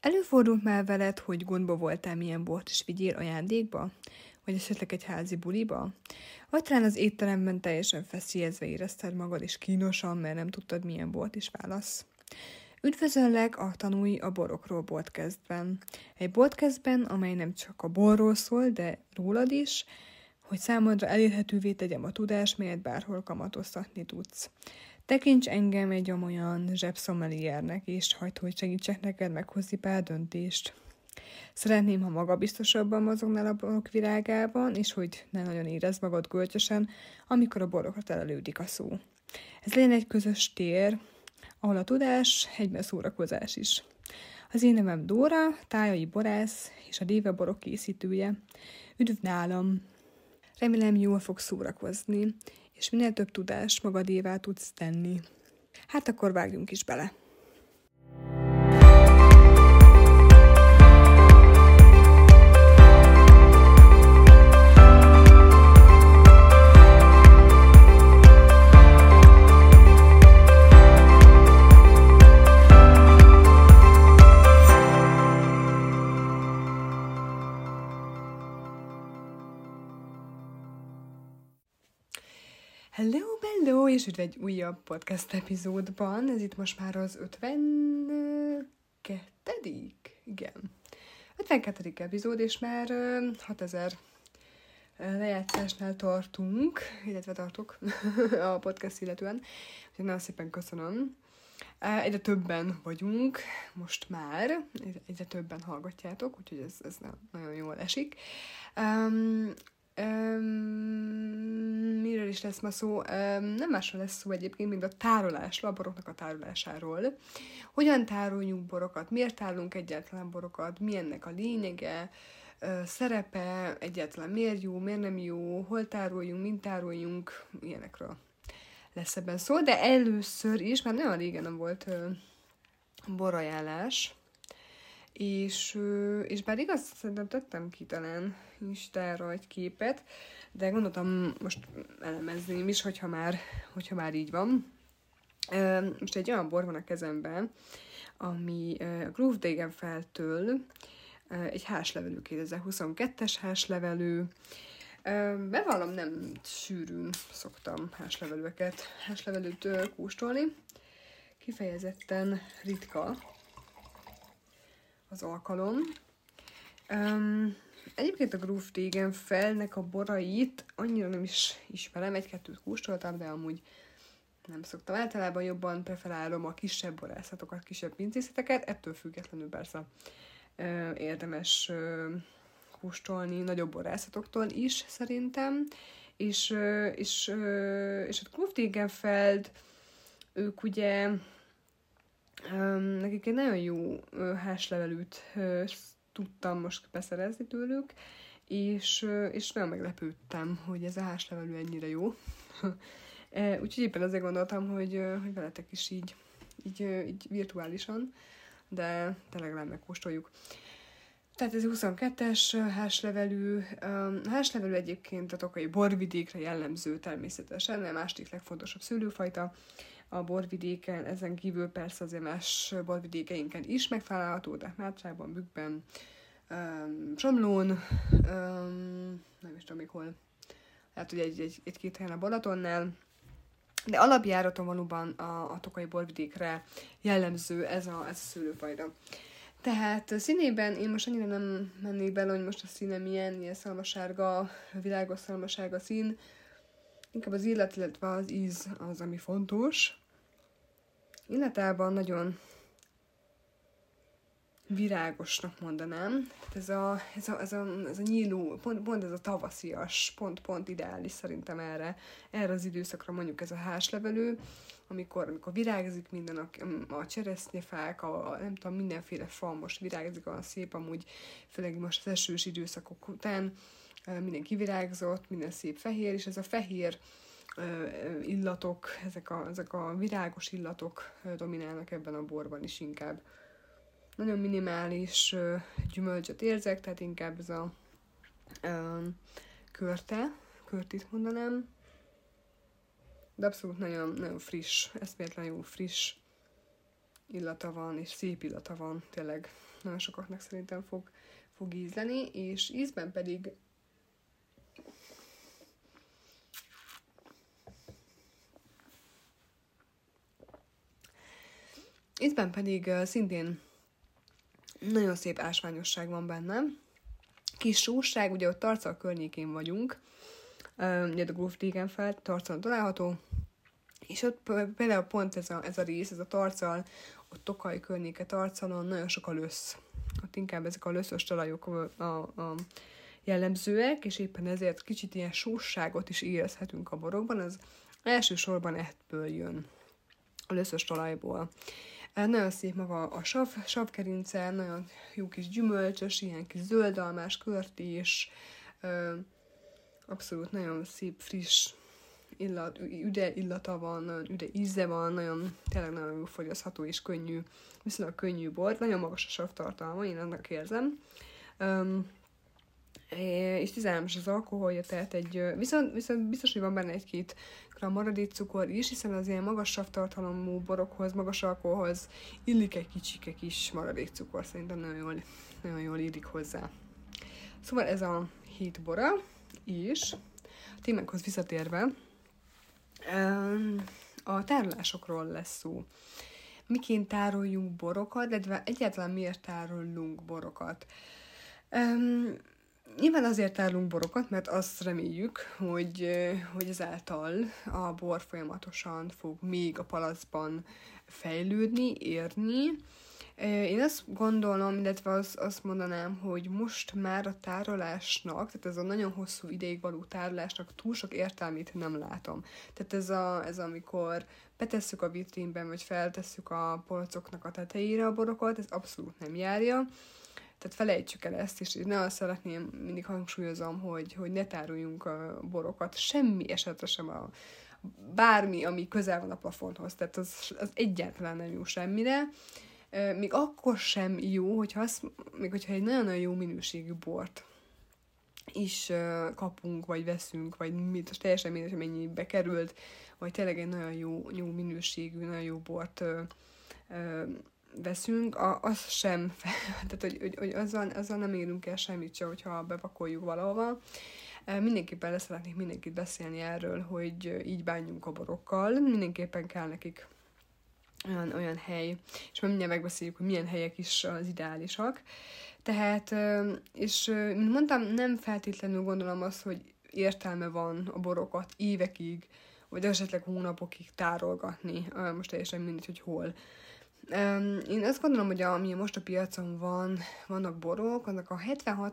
Előfordult már veled, hogy gondba voltál, milyen bort is vigyél ajándékba? Vagy esetleg egy házi buliba? Vagy talán az étteremben teljesen feszélyezve érezted magad, és kínosan, mert nem tudtad, milyen bort is válasz. Üdvözöllek a Tanulj a borokról podcastben. Egy podcastben, amely nem csak a borról szól, de rólad is, hogy számodra elérhetővé tegyem a tudást, melyet bárhol kamatoztatni tudsz. Tekints engem egy olyan zsebszommeliernek, és hagyd, hogy segítsek neked meghozni pár döntést. Szeretném, ha magabiztosabban mozognál a borok világában, és hogy ne nagyon érezd magad gölcsösen, amikor a borokra terelődik a szó. Ez legyen egy közös tér, ahol a tudás egyben szórakozás is. Az én nevem Dóra, tájai borász és a Déve borok készítője. Üdv nálam! Remélem, jól fogsz szórakozni, és minél több tudást magadévá tudsz tenni. Hát akkor vágjunk is bele! Hello, és üdv egy újabb podcast epizódban. Ez itt most már az 52. Igen. 52. epizód, és már 6000 lejátszásnál tartunk, illetve tartok a podcast illetően. Úgyhogy nagyon szépen köszönöm. Egyre többen vagyunk most már, egyre többen hallgatjátok, úgyhogy ez nagyon jól esik. Miről is lesz ma szó? Nem másról lesz szó egyébként, mint a tárolásról, a boroknak a tárolásáról. Hogyan tároljunk borokat, miért tárolunk egyáltalán borokat, mi ennek a lényege, szerepe, egyáltalán miért jó, miért nem jó, hol tároljunk, mint tároljunk, ilyenekről lesz ebben szó. De először is, már nagyon régen nem volt borajánlás, és bár igaz, szerintem tettem ki talán Instára egy képet, de gondoltam most elemezném is, hogyha már így van. Most egy olyan bor van a kezemben, ami a Groove Degenfeldtől egy házlevelű, 2022-es házlevelű. Bevallom, nem sűrűn szoktam házlevelőt kóstolni. Kifejezetten ritka az alkalom. Egyébként a Groove Degenfeldnek a borait annyira nem is ismerem, egy-kettőt kóstoltam, de amúgy nem szoktam. Általában jobban preferálom a kisebb borászatokat, kisebb pincészeteket, ettől függetlenül persze érdemes kóstolni nagyobb borászatoktól is szerintem. És a Groove Degenfeld, ők ugye nekik egy nagyon jó házlevelűt tudtam most beszerezni tőlük, és nagyon meglepődtem, hogy ez a házlevelű ennyire jó. Úgyhogy éppen azért gondoltam, hogy veletek is így virtuálisan, de tényleg megkóstoljuk. Tehát ez 22-es házlevelű. A házlevelű egyébként a tokaji borvidékre jellemző természetesen, a második legfontosabb szőlőfajta a borvidéken, ezen kívül persze azért más borvidékeinken is megtalálható, tehát Mátrában, Bükkben, Somlón, nem is tudom még hol, lehet, hogy egy-két helyen a Balatonnál, de alapjáraton valóban a tokaji borvidékre jellemző ez a szőlőfajta. Tehát színében én most annyira nem mennék bele, hogy most a színe ilyen szalmasárga, világos szalmasárga szín, inkább az illat, illetve az íz az, ami fontos. Illatában nagyon virágosnak mondanám. Ez a nyíló, pont ez a tavaszias, pont ideális szerintem erre az időszakra, mondjuk ez a házlevelő, amikor virágzik minden, a cseresznyefák, nem tudom, mindenféle fa most virágzik, olyan szép amúgy, főleg most az esős időszakok után, minden kivirágzott, minden szép fehér, és ez a fehér illatok, ezek a virágos illatok dominálnak ebben a borban is inkább. Nagyon minimális gyümölcsöt érzek, tehát inkább ez a körtit mondanám. De abszolút nagyon, nagyon friss, eszméletlen jó friss illata van, és szép illata van, tényleg nagyon sokaknak szerintem fog ízleni, és ízben pedig szintén nagyon szép ásványosság van benne. Kis sóság, ugye ott Tarcal környékén vagyunk, ugye a Grófrégenfeld Tarcalon található, és ott például pont ez a rész, ez a Tarcal, ott Tokaj környéke Tarcalon nagyon sok a lösz. Ott inkább ezek a löszös talajok a jellemzőek, és éppen ezért kicsit ilyen sósságot is érezhetünk a borokban, az elsősorban ebből jön, a löszös talajból. Nagyon szép maga a savkerince, nagyon jó kis gyümölcsös, ilyen kis zöldalmás körtés, abszolút nagyon szép, friss üde illata van, nagyon üde íze van, tényleg nagyon jó fogyasztható és könnyű, viszonylag könnyű bor, nagyon magas a savtartalma, én annak érzem. És 13-as az alkoholja, tehát viszont biztos, hogy van benne 1-2 gram maradékcukor is, hiszen az ilyen magas savtartalmú borokhoz, magas alkoholhoz illik egy kicsike kis maradékcukor, szerintem nagyon jól illik hozzá. Szóval ez a 7 bora, és a témánkhoz visszatérve, a tárolásokról lesz szó. Miként tároljunk borokat, de egyáltalán miért tárolunk borokat? Nyilván azért tárolunk borokat, mert azt reméljük, hogy ezáltal a bor folyamatosan fog még a palacban fejlődni, érni. Én azt gondolom, illetve azt mondanám, hogy most már a tárolásnak, tehát ez a nagyon hosszú ideig való tárolásnak túl sok értelmét nem látom. Tehát ez amikor betesszük a vitrínben, vagy feltesszük a polcoknak a tetejére a borokat, ez abszolút nem járja. Tehát felejtsük el ezt, és én nagyon szeretném, mindig hangsúlyozom, hogy ne tároljunk a borokat, semmi esetre sem bármi, ami közel van a plafonhoz. Tehát az egyáltalán nem jó semmire. Még akkor sem jó, hogyha egy nagyon-nagyon jó minőségű bort is kapunk, vagy veszünk, vagy teljesen mindegy, mennyibe került, vagy tényleg egy nagyon jó minőségű, nagyon jó bort veszünk, az sem, tehát hogy azzal nem érünk el semmit se, hogyha bepakoljuk valahova. Mindenképpen szeretnék mindenkit beszélni erről, hogy így bánjunk a borokkal, mindenképpen kell nekik olyan hely, és majd mindjárt megbeszéljük, hogy milyen helyek is az ideálisak. Tehát, és mint mondtam, nem feltétlenül gondolom azt, hogy értelme van a borokat évekig, vagy esetleg hónapokig tárolgatni, most teljesen mindegy, hogy hol. Én azt gondolom, hogy ami most a piacon vannak borok, annak a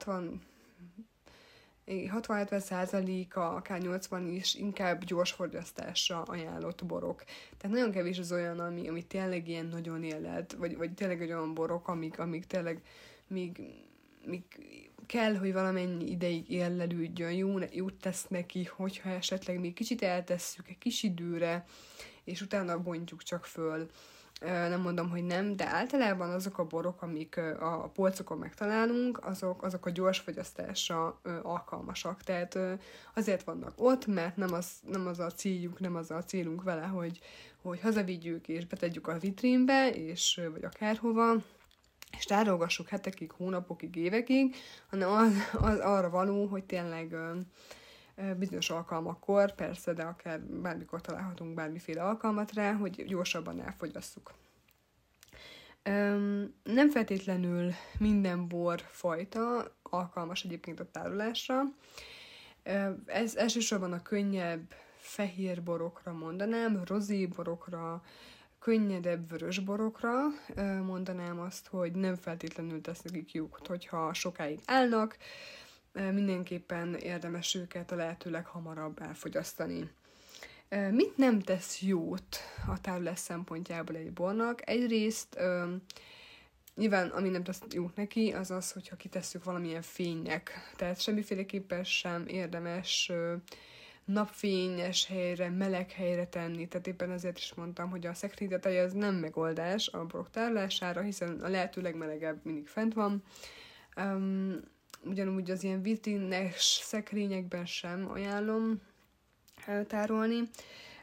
60-70%-a, akár 80 is inkább gyors fogyasztásra ajánlott borok. Tehát nagyon kevés az olyan, ami tényleg ilyen nagyon élet, vagy tényleg olyan borok, amik tényleg még kell, hogy valamennyi ideig érlelődjön, jót tesz neki, hogyha esetleg még kicsit eltesszük egy kis időre, és utána bontjuk csak föl. Nem mondom, hogy nem, de általában azok a borok, amik a polcokon megtalálunk, azok a gyors fogyasztásra alkalmasak. Tehát azért vannak ott, mert nem az a céljuk, nem az a célunk vele, hogy hazavigyük és betegyük a vitrínbe, vagy akárhova, és tárolgassuk hetekig, hónapokig, évekig, hanem az arra való, hogy tényleg bizonyos alkalmakkor, persze, de akár bármikor találhatunk bármiféle alkalmat rá, hogy gyorsabban elfogyasszuk. Nem feltétlenül minden borfajta alkalmas egyébként a tárolásra. Ez elsősorban a könnyebb fehér borokra mondanám, rozé borokra, könnyedebb vörös borokra mondanám azt, hogy nem feltétlenül tesz nekik jót, hogyha sokáig állnak, mindenképpen érdemes őket a lehető leghamarabb elfogyasztani. Mit nem tesz jót a tárolás szempontjából egy bornak? Egyrészt nyilván, ami nem tesz jót neki, az az, hogyha kitesszük valamilyen fénynek. Tehát semmiféleképpen sem érdemes napfényes helyre, meleg helyre tenni. Tehát éppen ezért is mondtam, hogy a szekrényteteje az nem megoldás a borok tárolására, hiszen a lehető legmelegebb mindig fent van. Ugyanúgy az ilyen vitrines szekrényekben sem ajánlom tárolni.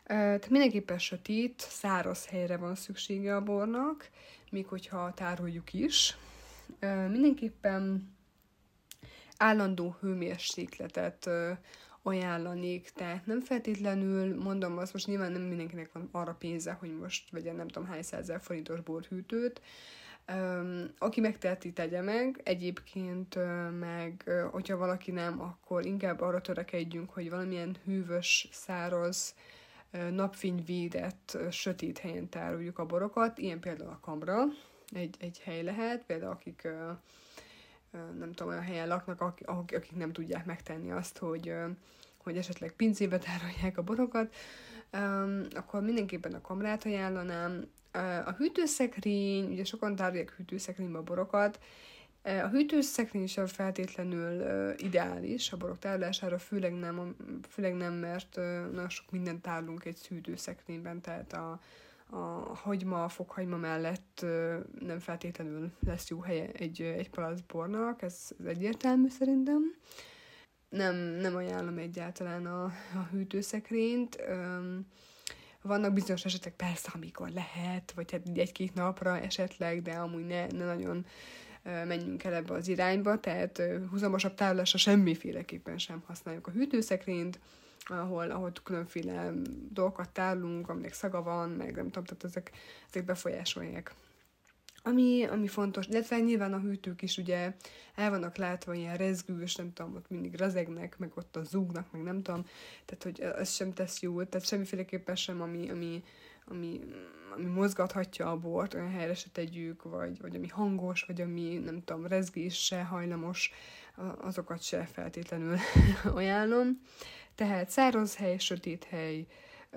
Tehát mindenképpen sötét, száraz helyre van szüksége a bornak, még hogyha tároljuk is. Mindenképpen állandó hőmérsékletet ajánlanék, tehát nem feltétlenül, mondom azt, most nyilván nem mindenkinek van arra pénze, hogy most vegyen nem tudom hány 100 000 forintos borhűtőt. Aki megteheti, tegye meg. Egyébként meg, hogyha valaki nem, akkor inkább arra törekedjünk, hogy valamilyen hűvös, száraz, napfényvédett, sötét helyen tároljuk a borokat. Ilyen például a kamra, egy hely lehet, például akik nem tudom, olyan helyen laknak, akik nem tudják megtenni azt, hogy esetleg pincébe tárolják a borokat, akkor mindenképpen a kamrát ajánlanám. A hűtőszekrény, ugye sokan tárolják hűtőszekrénybe a borokat, a hűtőszekrény sem feltétlenül ideális a borok tárolására, főleg nem, mert nagyon sok mindent tárolunk egy hűtőszekrényben, tehát a hagyma, a fokhagyma mellett nem feltétlenül lesz jó helye egy palack bornak, ez egyértelmű szerintem. Nem ajánlom egyáltalán a hűtőszekrényt. Vannak bizonyos esetek persze, amikor lehet, vagy hát egy-két napra esetleg, de amúgy ne nagyon menjünk el ebbe az irányba, tehát húzamosabb tárolásra semmiféleképpen sem használjuk a hűtőszekrényt, ahol különféle dolgokat tárolunk, aminek szaga van, meg nem tudom, tehát ezek befolyásolják. Ami fontos, illetve nyilván a hűtők is ugye el vannak látva ilyen rezgős, nem tudom, ott mindig rezegnek, meg ott a zúgnak, meg nem tudom, tehát hogy ez sem tesz jót, tehát semmiféleképpen sem, ami mozgathatja a bort, olyan helyre se tegyük, vagy ami hangos, vagy ami nem tudom, rezgésre hajlamos, azokat se feltétlenül ajánlom. Tehát száraz hely, sötét hely,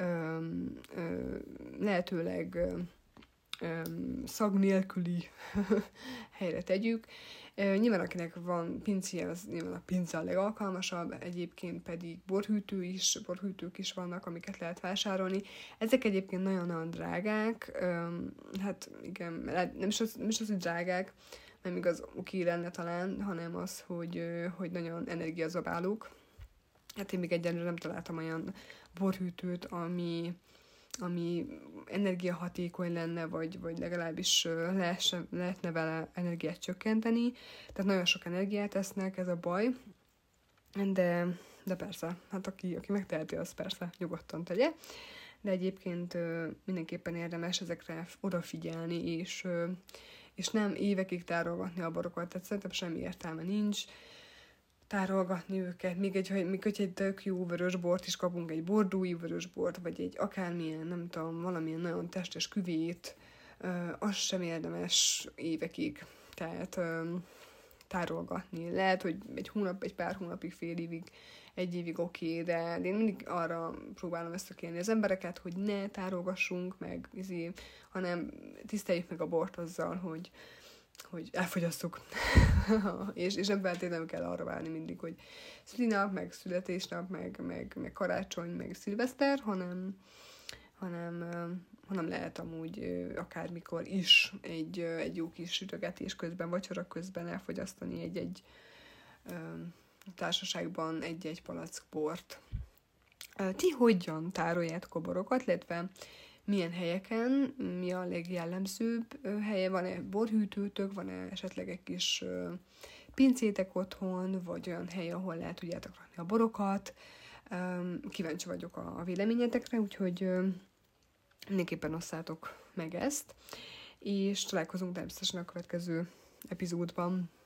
lehetőleg szag nélküli helyre tegyük. Nyilván akinek van pincéje, az nyilván a pince a legalkalmasabb, egyébként pedig borhűtők is vannak, amiket lehet vásárolni. Ezek egyébként nagyon-nagyon drágák, hát igen, nem is az, hogy drágák, nem igaz, oké lenne talán, hanem az, hogy nagyon energiazabálók. Hát én még egyenlőre nem találtam olyan borhűtőt, ami energiahatékony lenne, vagy legalábbis lehetne vele energiát csökkenteni. Tehát nagyon sok energiát esznek, ez a baj. De persze, hát aki megteheti, az persze nyugodtan tegye. De egyébként mindenképpen érdemes ezekre odafigyelni, és nem évekig tárolgatni a borokat, tehát szerintem semmi értelme nincs tárolgatni őket, még hogyha egy tök jó vörösbort is kapunk, egy bordói vörösbort, vagy egy akármilyen, nem tudom, valamilyen nagyon testes küvét, az sem érdemes évekig, tehát tárolgatni. Lehet, hogy egy pár hónapig, fél évig, egy évig oké, de én mindig arra próbálom kérni az embereket, hogy ne tárolgassunk meg, hanem tiszteljük meg a bort azzal, hogy elfogyasszuk. és nem feltétlenül kell arra várni mindig, hogy szülinap, meg születésnap, meg karácsony, meg szilveszter, hanem lehet amúgy akármikor is egy jó kis sütögetés közben, vacsora közben elfogyasztani egy társaságban egy palack bort. Ti hogyan tároljátok a borokat, illetve milyen helyeken, mi a legjellemzőbb helye, van-e borhűtőtök, van-e esetleg egy kis pincétek otthon, vagy olyan hely, ahol le tudjátok rakni a borokat. Kíváncsi vagyok a véleményetekre, úgyhogy mindenképpen osszátok meg ezt, és találkozunk természetesen a következő epizódban.